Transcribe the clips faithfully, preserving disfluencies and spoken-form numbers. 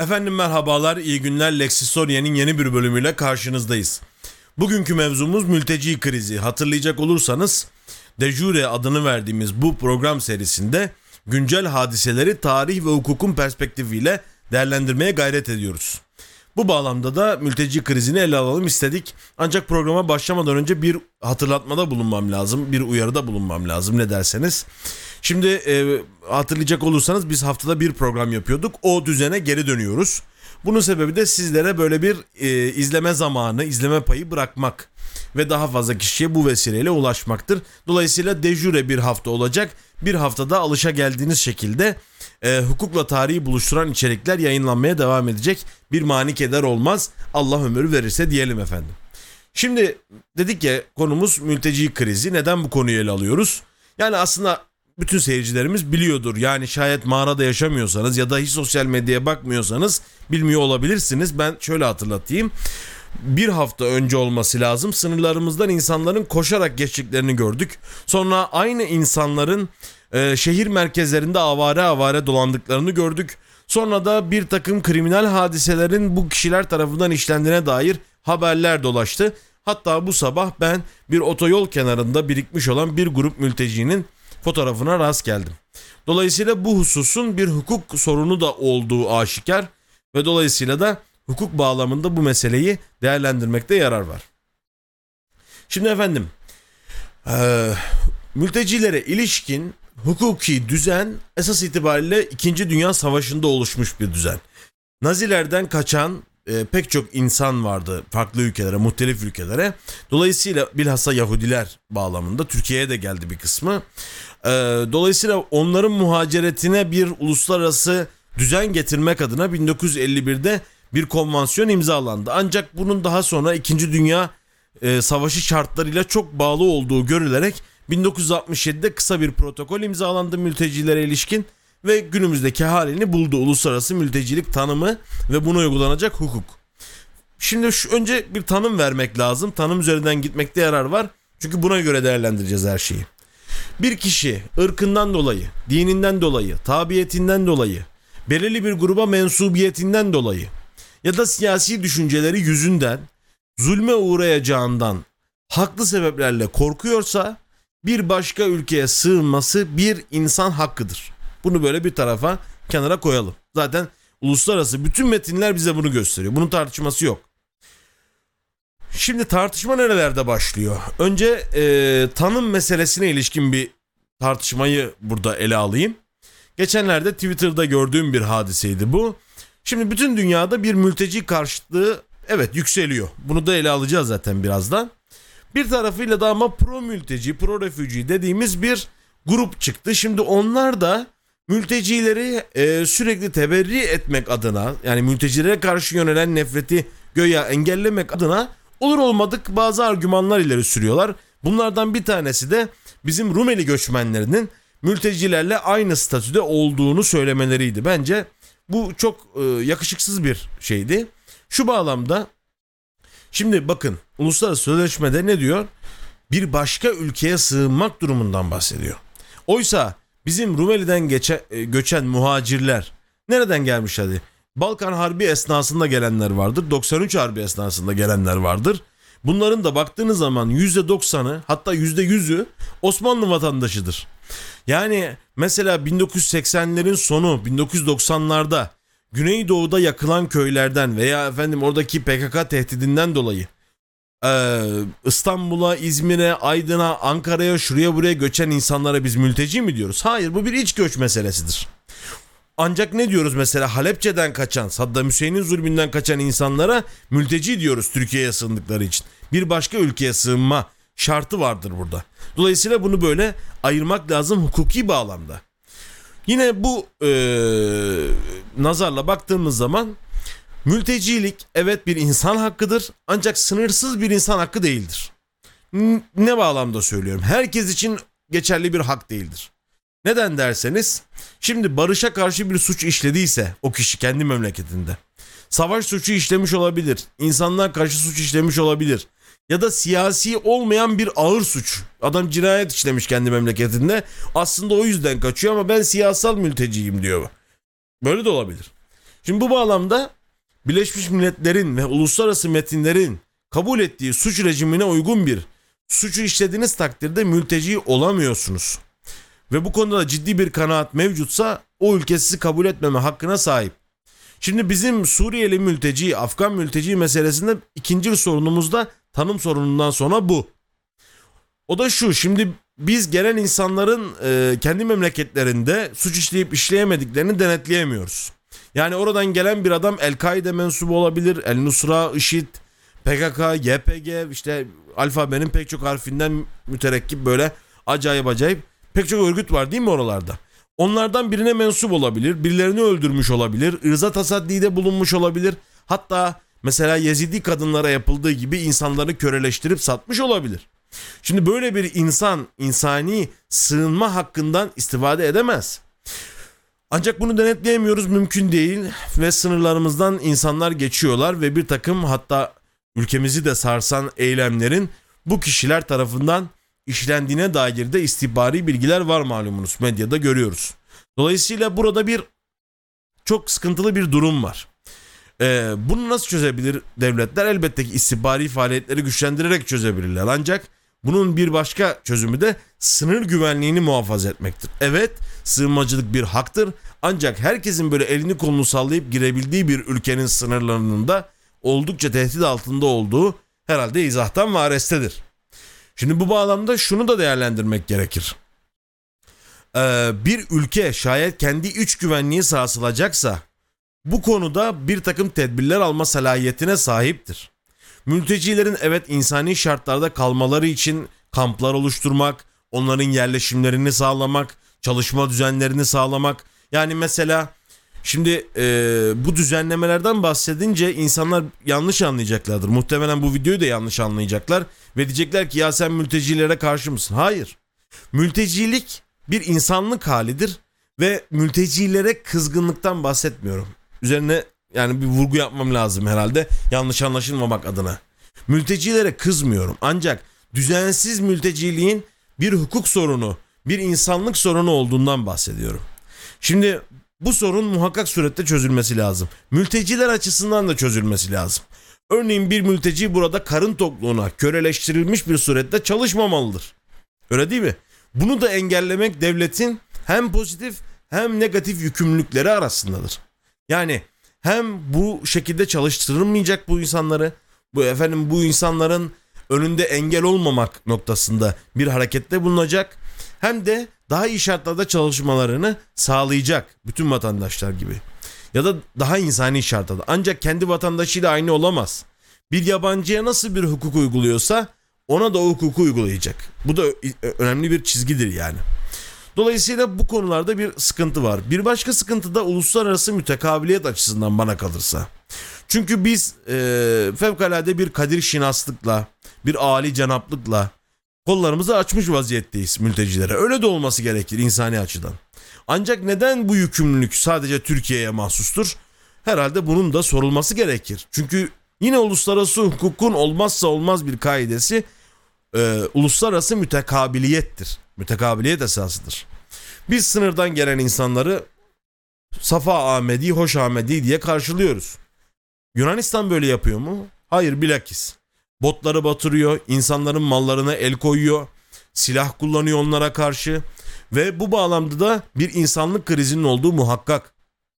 Efendim merhabalar, iyi günler. Lexistoria'nın yeni bir bölümüyle karşınızdayız. Bugünkü mevzumuz mülteci krizi. Hatırlayacak olursanız De Jure adını verdiğimiz bu program serisinde güncel hadiseleri tarih ve hukukun perspektifiyle değerlendirmeye gayret ediyoruz. Bu bağlamda da mülteci krizini ele alalım istedik. Ancak programa başlamadan önce bir hatırlatmada bulunmam lazım, bir uyarıda bulunmam lazım ne derseniz. Şimdi e, hatırlayacak olursanız biz haftada bir program yapıyorduk. O düzene geri dönüyoruz. Bunun sebebi de sizlere böyle bir e, izleme zamanı, izleme payı bırakmak ve daha fazla kişiye bu vesileyle ulaşmaktır. Dolayısıyla de jure bir hafta olacak. Bir haftada alışa geldiğiniz şekilde e, hukukla tarihi buluşturan içerikler yayınlanmaya devam edecek. Bir mani keder olmaz. Allah ömür verirse diyelim efendim. Şimdi dedik ya konumuz mülteci krizi. Neden bu konuyu ele alıyoruz? Yani aslında bütün seyircilerimiz biliyordur. Yani şayet mağarada yaşamıyorsanız ya da hiç sosyal medyaya bakmıyorsanız bilmiyor olabilirsiniz. Ben şöyle hatırlatayım. Bir hafta önce olması lazım. Sınırlarımızdan insanların koşarak geçtiklerini gördük. Sonra aynı insanların e, şehir merkezlerinde avare avare dolandıklarını gördük. Sonra da bir takım kriminal hadiselerin bu kişiler tarafından işlendiğine dair haberler dolaştı. Hatta bu sabah ben bir otoyol kenarında birikmiş olan bir grup mültecinin fotoğrafına rast geldim. Dolayısıyla bu hususun bir hukuk sorunu da olduğu aşikar ve dolayısıyla da hukuk bağlamında bu meseleyi değerlendirmekte yarar var. Şimdi efendim, e, mültecilere ilişkin hukuki düzen esas itibariyle İkinci Dünya Savaşı'nda oluşmuş bir düzen. Nazilerden kaçan e, pek çok insan vardı farklı ülkelere, muhtelif ülkelere. Dolayısıyla bilhassa Yahudiler bağlamında Türkiye'ye de geldi bir kısmı. E, dolayısıyla onların muhaceretine bir uluslararası düzen getirmek adına bin dokuz yüz elli birde bir konvansiyon imzalandı. Ancak bunun daha sonra İkinci Dünya e, Savaşı şartlarıyla çok bağlı olduğu görülerek bin dokuz yüz altmış yedide kısa bir protokol imzalandı mültecilere ilişkin ve günümüzdeki halini buldu uluslararası mültecilik tanımı ve buna uygulanacak hukuk. Şimdi şu, önce bir tanım vermek lazım. Tanım üzerinden gitmekte yarar var. Çünkü buna göre değerlendireceğiz her şeyi. Bir kişi ırkından dolayı, dininden dolayı, tabiyetinden dolayı, belirli bir gruba mensubiyetinden dolayı ya da siyasi düşünceleri yüzünden zulme uğrayacağından haklı sebeplerle korkuyorsa bir başka ülkeye sığınması bir insan hakkıdır. Bunu böyle bir tarafa kenara koyalım. Zaten uluslararası bütün metinler bize bunu gösteriyor. Bunun tartışması yok. Şimdi tartışma nerelerde başlıyor? Önce e, tanım meselesine ilişkin bir tartışmayı burada ele alayım. Geçenlerde Twitter'da gördüğüm bir hadiseydi bu. Şimdi bütün dünyada bir mülteci karşıtlığı evet yükseliyor. Bunu da ele alacağız zaten birazdan. Bir tarafıyla da ama pro mülteci, pro refüji dediğimiz bir grup çıktı. Şimdi onlar da mültecileri e, sürekli teberri etmek adına, yani mültecilere karşı yönelen nefreti göya engellemek adına olur olmadık bazı argümanlar ileri sürüyorlar. Bunlardan bir tanesi de bizim Rumeli göçmenlerinin mültecilerle aynı statüde olduğunu söylemeleriydi. Bence bu çok e, yakışıksız bir şeydi. Şu bağlamda şimdi bakın uluslararası sözleşmede ne diyor? Bir başka ülkeye sığınmak durumundan bahsediyor. Oysa bizim Rumeli'den geçe, e, göçen muhacirler nereden gelmişlerdi? Balkan Harbi esnasında gelenler vardır. doksan üç Harbi esnasında gelenler vardır. Bunların da baktığınız zaman yüzde doksanı hatta yüzde yüzü Osmanlı vatandaşıdır. Yani mesela bin dokuz yüz seksenlerin sonu bin dokuz yüz doksanlarda Güneydoğu'da yakılan köylerden veya efendim oradaki P K K tehdidinden dolayı İstanbul'a, İzmir'e, Aydın'a, Ankara'ya, şuraya buraya göçen insanlara biz mülteci mi diyoruz? Hayır, bu bir iç göç meselesidir. Ancak ne diyoruz mesela Halepçe'den kaçan, Saddam Hüseyin'in zulmünden kaçan insanlara mülteci diyoruz Türkiye'ye sığındıkları için. Bir başka ülkeye sığınma şartı vardır burada. Dolayısıyla bunu böyle ayırmak lazım hukuki bağlamda. Yine bu e, nazarla baktığımız zaman mültecilik evet bir insan hakkıdır ancak sınırsız bir insan hakkı değildir. Ne bağlamda söylüyorum? Herkes için geçerli bir hak değildir. Neden derseniz şimdi barışa karşı bir suç işlediyse o kişi kendi memleketinde savaş suçu işlemiş olabilir, insanlığa karşı suç işlemiş olabilir ya da siyasi olmayan bir ağır suç. Adam cinayet işlemiş kendi memleketinde aslında o yüzden kaçıyor ama ben siyasal mülteciyim diyor. Böyle de olabilir. Şimdi bu bağlamda Birleşmiş Milletler'in ve uluslararası metinlerin kabul ettiği suç rejimine uygun bir suçu işlediğiniz takdirde mülteci olamıyorsunuz. Ve bu konuda da ciddi bir kanaat mevcutsa o ülke sizi kabul etmeme hakkına sahip. Şimdi bizim Suriyeli mülteci, Afgan mülteci meselesinde ikinci sorunumuz da tanım sorunundan sonra bu. O da şu: şimdi biz gelen insanların e, kendi memleketlerinde suç işleyip işleyemediklerini denetleyemiyoruz. Yani oradan gelen bir adam El-Kaide mensubu olabilir, El-Nusra, IŞİD, P K K, Y P G, işte alfabenin pek çok harfinden müterekkip böyle acayip acayip pek çok örgüt var değil mi oralarda? Onlardan birine mensup olabilir, birilerini öldürmüş olabilir, ırza tasaddide bulunmuş olabilir. Hatta mesela Yezidi kadınlara yapıldığı gibi insanları köleleştirip satmış olabilir. Şimdi böyle bir insan insani sığınma hakkından istifade edemez. Ancak bunu denetleyemiyoruz, mümkün değil ve sınırlarımızdan insanlar geçiyorlar ve bir takım hatta ülkemizi de sarsan eylemlerin bu kişiler tarafından işlendiğine dair de istihbari bilgiler var, malumunuz, medyada görüyoruz. Dolayısıyla burada bir çok sıkıntılı bir durum var. Ee, bunu nasıl çözebilir devletler? Elbette ki istihbari faaliyetleri güçlendirerek çözebilirler. Ancak bunun bir başka çözümü de sınır güvenliğini muhafaza etmektir. Evet, sığınmacılık bir haktır. Ancak herkesin böyle elini kolunu sallayıp girebildiği bir ülkenin sınırlarının da oldukça tehdit altında olduğu herhalde izahtan varestedir. Şimdi bu bağlamda şunu da değerlendirmek gerekir. Ee, bir ülke şayet kendi iç güvenliği sarsılacaksa bu konuda bir takım tedbirler alma salahiyetine sahiptir. Mültecilerin evet insani şartlarda kalmaları için kamplar oluşturmak, onların yerleşimlerini sağlamak, çalışma düzenlerini sağlamak. Yani mesela şimdi e, bu düzenlemelerden bahsedince insanlar yanlış anlayacaklardır. Muhtemelen bu videoyu da yanlış anlayacaklar ve diyecekler ki ya sen mültecilere karşı mısın? Hayır. Mültecilik bir insanlık halidir ve mültecilere kızgınlıktan bahsetmiyorum. Üzerine yani bir vurgu yapmam lazım herhalde, yanlış anlaşılmamak adına. Mültecilere kızmıyorum, ancak düzensiz mülteciliğin bir hukuk sorunu, bir insanlık sorunu olduğundan bahsediyorum. Şimdi bu sorun muhakkak surette çözülmesi lazım. Mülteciler açısından da çözülmesi lazım. Örneğin bir mülteci burada karın tokluğuna köleleştirilmiş bir surette çalışmamalıdır. Öyle değil mi? Bunu da engellemek devletin hem pozitif hem negatif yükümlülükleri arasındadır. Yani hem bu şekilde çalıştırılmayacak bu insanları, bu efendim bu insanların önünde engel olmamak noktasında bir harekette bulunacak, hem de daha iyi şartlarda çalışmalarını sağlayacak bütün vatandaşlar gibi. Ya da daha insani şartlarda. Ancak kendi vatandaşıyla aynı olamaz. Bir yabancıya nasıl bir hukuk uyguluyorsa ona da o hukuku uygulayacak. Bu da önemli bir çizgidir yani. Dolayısıyla bu konularda bir sıkıntı var. Bir başka sıkıntı da uluslararası mütekabiliyet açısından bana kalırsa. Çünkü biz e, fevkalade bir kadir şinaslıkla, bir âli cenaplıkla kollarımızı açmış vaziyetteyiz mültecilere. Öyle de olması gerekir insani açıdan. Ancak neden bu yükümlülük sadece Türkiye'ye mahsustur? Herhalde bunun da sorulması gerekir. Çünkü yine uluslararası hukukun olmazsa olmaz bir kaidesi e, uluslararası mütekabiliyettir. Mütekabiliyet esasıdır. Biz sınırdan gelen insanları Safa Ahmedi, Hoş Ahmedi diye karşılıyoruz. Yunanistan böyle yapıyor mu? Hayır, bilakis. Botları batırıyor, insanların mallarına el koyuyor, silah kullanıyor onlara karşı ve bu bağlamda da bir insanlık krizinin olduğu muhakkak.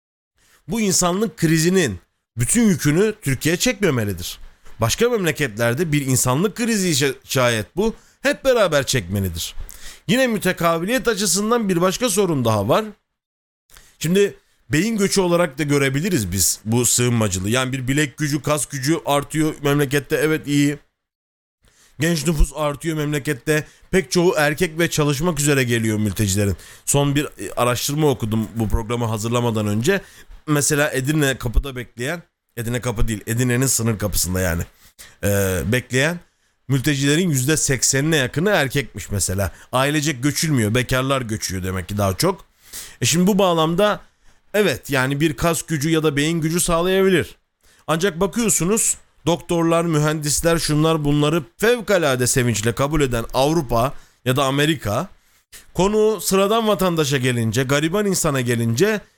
Bu insanlık krizinin bütün yükünü Türkiye çekmemelidir. Başka memleketlerde bir insanlık krizi şayet bu hep beraber çekmelidir. Yine mütekabiliyet açısından bir başka sorun daha var. Şimdi beyin göçü olarak da görebiliriz biz bu sığınmacılığı. Yani bir bilek gücü, kas gücü artıyor memlekette, evet iyi. Genç nüfus artıyor memlekette. Pek çoğu erkek ve çalışmak üzere geliyor mültecilerin. Son bir araştırma okudum bu programı hazırlamadan önce. Mesela Edirne kapıda bekleyen, Edirne kapı değil, Edirne'nin sınır kapısında yani ee, bekleyen mültecilerin yüzde seksenine yakını erkekmiş mesela. Ailecek göçülmüyor, bekarlar göçüyor demek ki daha çok. E şimdi bu bağlamda evet yani bir kas gücü ya da beyin gücü sağlayabilir. Ancak bakıyorsunuz doktorlar, mühendisler, şunlar bunları fevkalade sevinçle kabul eden Avrupa ya da Amerika, konu sıradan vatandaşa gelince, gariban insana gelince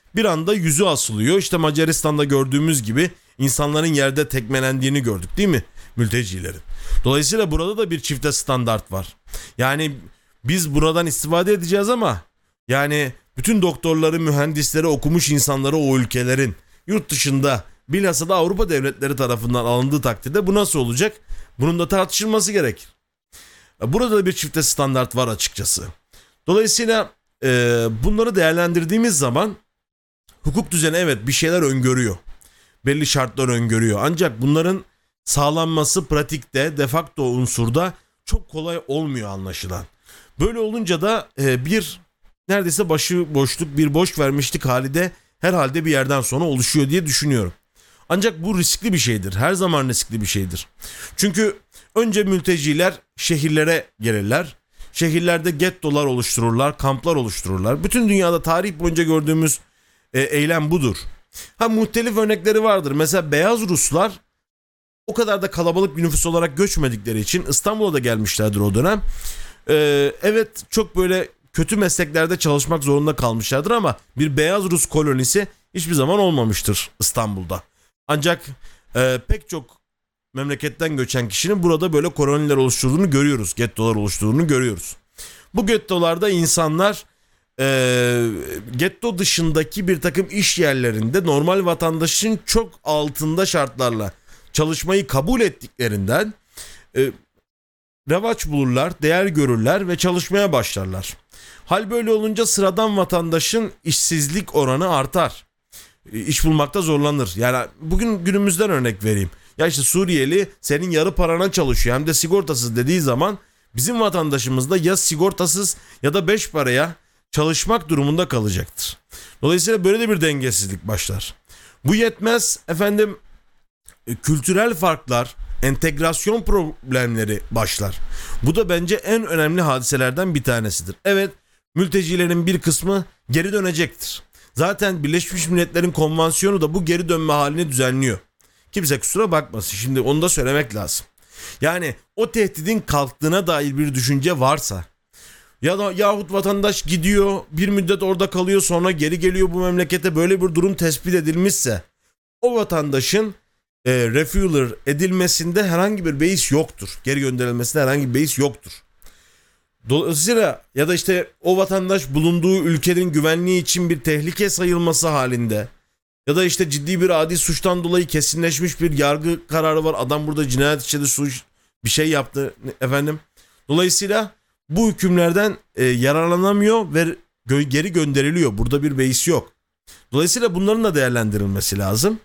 bir anda yüzü asılıyor. İşte Macaristan'da gördüğümüz gibi insanların yerde tekmelendiğini gördük değil mi mültecilerin? Dolayısıyla burada da bir çifte standart var. Yani biz buradan istifade edeceğiz ama yani bütün doktorları, mühendisleri, okumuş insanları o ülkelerin yurt dışında bilhassa da Avrupa devletleri tarafından alındığı takdirde bu nasıl olacak? Bunun da tartışılması gerekir. Burada da bir çifte standart var açıkçası. Dolayısıyla e, bunları değerlendirdiğimiz zaman hukuk düzeni evet bir şeyler öngörüyor. Belli şartlar öngörüyor. Ancak bunların sağlanması pratikte, de facto unsurda çok kolay olmuyor anlaşılan. Böyle olunca da e, bir neredeyse başı boşluk, bir boş vermişlik hali de herhalde bir yerden sonra oluşuyor diye düşünüyorum. Ancak bu riskli bir şeydir. Her zaman riskli bir şeydir. Çünkü önce mülteciler şehirlere gelirler. Şehirlerde gettolar oluştururlar, kamplar oluştururlar. Bütün dünyada tarih boyunca gördüğümüz e, eylem budur. Ha muhtelif örnekleri vardır. Mesela beyaz Ruslar o kadar da kalabalık bir nüfus olarak göçmedikleri için İstanbul'a da gelmişlerdir o dönem. Ee, evet çok böyle kötü mesleklerde çalışmak zorunda kalmışlardır ama bir beyaz Rus kolonisi hiçbir zaman olmamıştır İstanbul'da. Ancak e, pek çok memleketten göçen kişinin burada böyle koloniler oluşturduğunu görüyoruz. Gettolar oluşturduğunu görüyoruz. Bu gettolarda insanlar e, getto dışındaki bir takım iş yerlerinde normal vatandaşın çok altında şartlarla çalışmayı kabul ettiklerinden e, revaç bulurlar, değer görürler ve çalışmaya başlarlar. Hal böyle olunca sıradan vatandaşın işsizlik oranı artar. E, iş bulmakta zorlanır. Yani bugün günümüzden örnek vereyim. Ya işte Suriyeli senin yarı parana çalışıyor hem de sigortasız dediği zaman bizim vatandaşımız da ya sigortasız ya da beş paraya çalışmak durumunda kalacaktır. Dolayısıyla böyle de bir dengesizlik başlar. Bu yetmez efendim, kültürel farklar, entegrasyon problemleri başlar. Bu da bence en önemli hadiselerden bir tanesidir. Evet, mültecilerin bir kısmı geri dönecektir. Zaten Birleşmiş Milletler'in konvansiyonu da bu geri dönme halini düzenliyor. Kimse kusura bakmasın. Şimdi onu da söylemek lazım. Yani o tehdidin kalktığına dair bir düşünce varsa ya da yahut vatandaş gidiyor, bir müddet orada kalıyor, sonra geri geliyor bu memlekete, böyle bir durum tespit edilmişse o vatandaşın E, refueler edilmesinde herhangi bir beis yoktur. Geri gönderilmesinde herhangi bir beis yoktur. Dolayısıyla ya da işte o vatandaş bulunduğu ülkenin güvenliği için bir tehlike sayılması halinde ya da işte ciddi bir adi suçtan dolayı kesinleşmiş bir yargı kararı var. Adam burada cinayet işledi, suç bir şey yaptı efendim. Dolayısıyla bu hükümlerden e, yararlanamıyor ve gö- geri gönderiliyor. Burada bir beis yok. Dolayısıyla bunların da değerlendirilmesi lazım.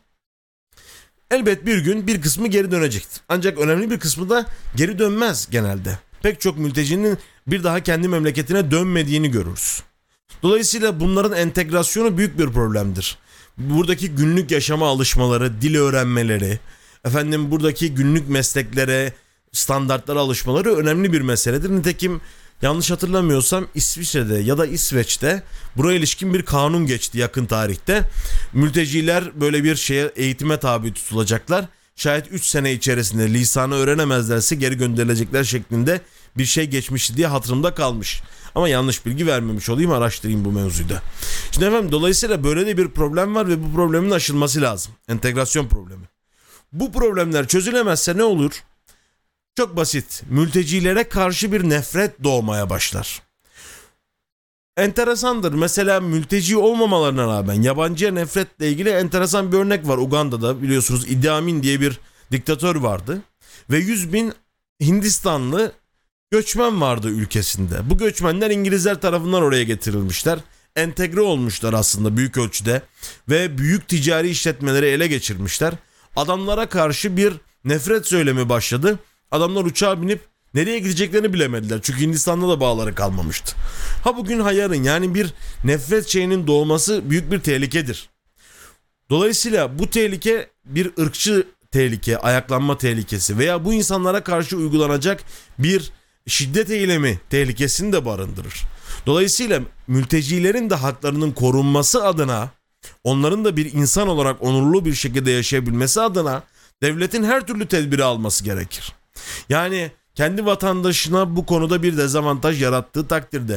Elbet bir gün bir kısmı geri dönecektir. Ancak önemli bir kısmı da geri dönmez genelde. Pek çok mültecinin bir daha kendi memleketine dönmediğini görürüz. Dolayısıyla bunların entegrasyonu büyük bir problemdir. Buradaki günlük yaşama alışmaları, dil öğrenmeleri, efendim buradaki günlük mesleklere, standartlara alışmaları önemli bir meseledir. Nitekim yanlış hatırlamıyorsam İsviçre'de ya da İsveç'te buraya ilişkin bir kanun geçti yakın tarihte. Mülteciler böyle bir şeye, eğitime tabi tutulacaklar. Şayet üç sene içerisinde lisanı öğrenemezlerse geri gönderilecekler şeklinde bir şey geçmişti diye hatırımda kalmış. Ama yanlış bilgi vermemiş olayım, araştırayım bu mevzuyu da. Şimdi efendim dolayısıyla böyle de bir problem var ve bu problemin aşılması lazım. Entegrasyon problemi. Bu problemler çözülemezse ne olur? Çok basit. Mültecilere karşı bir nefret doğmaya başlar. Enteresandır. Mesela mülteci olmamalarına rağmen yabancıya nefretle ilgili enteresan bir örnek var. Uganda'da biliyorsunuz Idi Amin diye bir diktatör vardı. Ve yüz bin Hindistanlı göçmen vardı ülkesinde. Bu göçmenler İngilizler tarafından oraya getirilmişler. Entegre olmuşlar aslında büyük ölçüde. Ve büyük ticari işletmeleri ele geçirmişler. Adamlara karşı bir nefret söylemi başladı. Adamlar uçağa binip nereye gideceklerini bilemediler. Çünkü Hindistan'da da bağları kalmamıştı. Ha bugün ha yarın yani bir nefret şeyinin doğması büyük bir tehlikedir. Dolayısıyla bu tehlike bir ırkçı tehlike, ayaklanma tehlikesi veya bu insanlara karşı uygulanacak bir şiddet eylemi tehlikesini de barındırır. Dolayısıyla mültecilerin de haklarının korunması adına, onların da bir insan olarak onurlu bir şekilde yaşayabilmesi adına devletin her türlü tedbiri alması gerekir. Yani kendi vatandaşına bu konuda bir dezavantaj yarattığı takdirde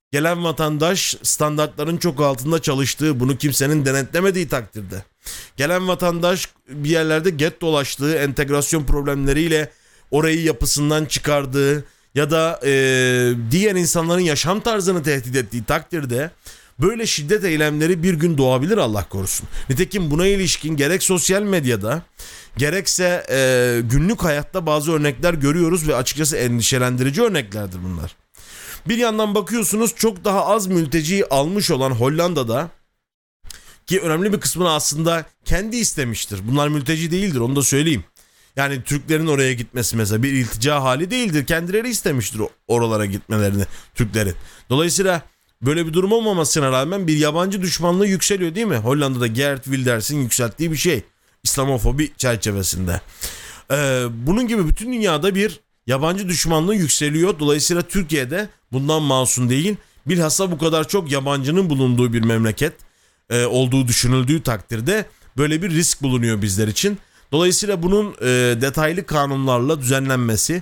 Gelen vatandaş standartların çok altında çalıştığı, bunu kimsenin denetlemediği takdirde. Gelen vatandaş bir yerlerde get dolaştığı, entegrasyon problemleriyle orayı yapısından çıkardığı ya da e, diğer insanların yaşam tarzını tehdit ettiği takdirde böyle şiddet eylemleri bir gün doğabilir, Allah korusun. Nitekim buna ilişkin gerek sosyal medyada gerekse e, günlük hayatta bazı örnekler görüyoruz ve açıkçası endişelendirici örneklerdir bunlar. Bir yandan bakıyorsunuz çok daha az mülteci almış olan Hollanda'da, ki önemli bir kısmını aslında kendi istemiştir. Bunlar mülteci değildir, onu da söyleyeyim. Yani Türklerin oraya gitmesi mesela bir iltica hali değildir. Kendileri istemiştir oralara gitmelerini Türklerin. Dolayısıyla böyle bir durum olmamasına rağmen bir yabancı düşmanlığı yükseliyor değil mi? Hollanda'da Geert Wilders'in yükselttiği bir şey. İslamofobi çerçevesinde. Ee, bunun gibi bütün dünyada bir yabancı düşmanlığı yükseliyor. Dolayısıyla Türkiye'de bundan masum değil. Bilhassa bu kadar çok yabancının bulunduğu bir memleket e, olduğu düşünüldüğü takdirde böyle bir risk bulunuyor bizler için. Dolayısıyla bunun e, detaylı kanunlarla düzenlenmesi,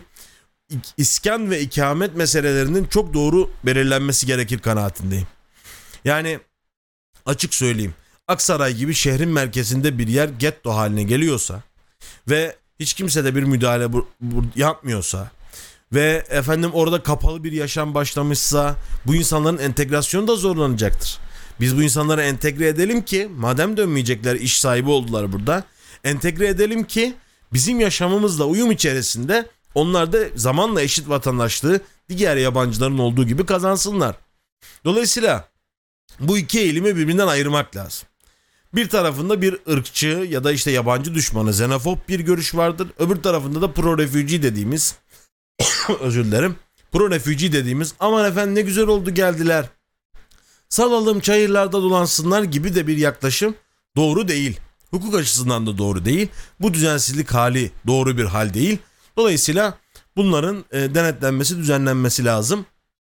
iskan ve ikamet meselelerinin çok doğru belirlenmesi gerekir kanaatindeyim. Yani açık söyleyeyim, Aksaray gibi şehrin merkezinde bir yer getto haline geliyorsa ve hiç kimse de bir müdahale bu, bu, yapmıyorsa ve efendim orada kapalı bir yaşam başlamışsa bu insanların entegrasyonu da zorlanacaktır. Biz bu insanları entegre edelim ki madem dönmeyecekler, iş sahibi oldular burada, entegre edelim ki bizim yaşamımızla uyum içerisinde onlar da zamanla eşit vatandaşlığı diğer yabancıların olduğu gibi kazansınlar. Dolayısıyla bu iki eğilimi birbirinden ayırmak lazım. Bir tarafında bir ırkçı ya da işte yabancı düşmanı, xenofob bir görüş vardır. Öbür tarafında da pro-refugee dediğimiz özür dilerim. Pro-refugee dediğimiz aman efendim ne güzel oldu geldiler, salalım çayırlarda dolansınlar gibi de bir yaklaşım doğru değil. Hukuk açısından da doğru değil. Bu düzensizlik hali doğru bir hal değil. Dolayısıyla bunların e, denetlenmesi, düzenlenmesi lazım.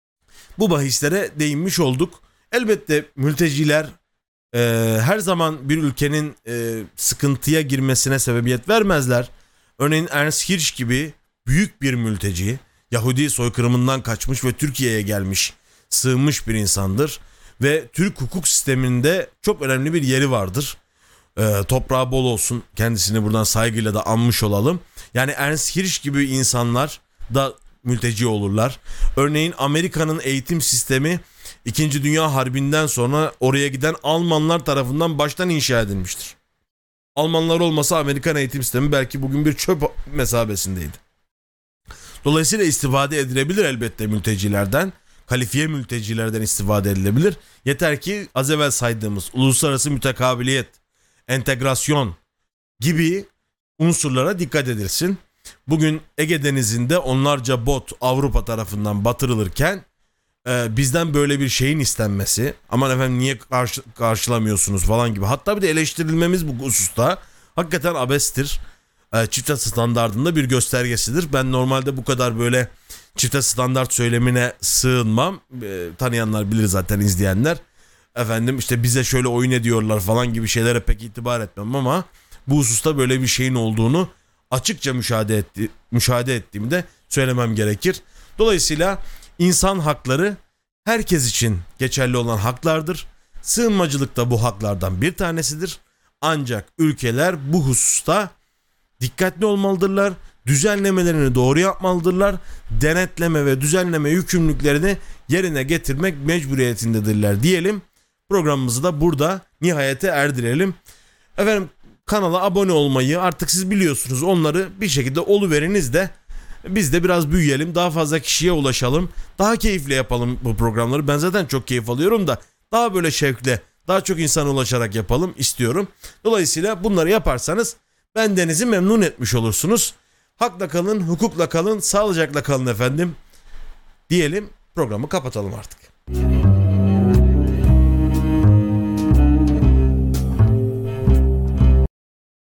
Bu bahislere değinmiş olduk. Elbette mülteciler e, her zaman bir ülkenin e, sıkıntıya girmesine sebebiyet vermezler. Örneğin Ernst Hirsch gibi büyük bir mülteci, Yahudi soykırımından kaçmış ve Türkiye'ye gelmiş, sığınmış bir insandır. Ve Türk hukuk sisteminde çok önemli bir yeri vardır. E, toprağı bol olsun, kendisini buradan saygıyla da anmış olalım. Yani Ernst Hirsch gibi insanlar da mülteci olurlar. Örneğin Amerika'nın eğitim sistemi İkinci Dünya Harbi'nden sonra oraya giden Almanlar tarafından baştan inşa edilmiştir. Almanlar olmasa Amerikan eğitim sistemi belki bugün bir çöp mesabesindeydi. Dolayısıyla istifade edilebilir elbette mültecilerden. Kalifiye mültecilerden istifade edilebilir. Yeter ki az evvel saydığımız uluslararası mütekabiliyet, entegrasyon gibi unsurlara dikkat edilsin. Bugün Ege Denizi'nde onlarca bot Avrupa tarafından batırılırken e, bizden böyle bir şeyin istenmesi, aman efendim niye karşı, karşılamıyorsunuz falan gibi, hatta bir de eleştirilmemiz bu hususta hakikaten abestir. E, çifte standardında bir göstergesidir. Ben normalde bu kadar böyle çifte standart söylemine sığınmam. E, tanıyanlar bilir zaten, izleyenler. Efendim işte bize şöyle oyun ediyorlar falan gibi şeylere pek itibar etmem ama bu hususta böyle bir şeyin olduğunu açıkça müşahede, etti, müşahede ettiğimi de söylemem gerekir. Dolayısıyla insan hakları herkes için geçerli olan haklardır. Sığınmacılık da bu haklardan bir tanesidir. Ancak ülkeler bu hususta dikkatli olmalıdırlar. Düzenlemelerini doğru yapmalıdırlar. Denetleme ve düzenleme yükümlülüklerini yerine getirmek mecburiyetindedirler diyelim. Programımızı da burada nihayete erdirelim. Efendim kanala abone olmayı artık siz biliyorsunuz, onları bir şekilde oluveriniz de biz de biraz büyüyelim, daha fazla kişiye ulaşalım, daha keyifli yapalım bu programları. Ben zaten çok keyif alıyorum da daha böyle şevkle daha çok insana ulaşarak yapalım istiyorum. Dolayısıyla bunları yaparsanız bendenizi memnun etmiş olursunuz. Hakla kalın, hukukla kalın, sağlıcakla kalın efendim diyelim, programı kapatalım artık.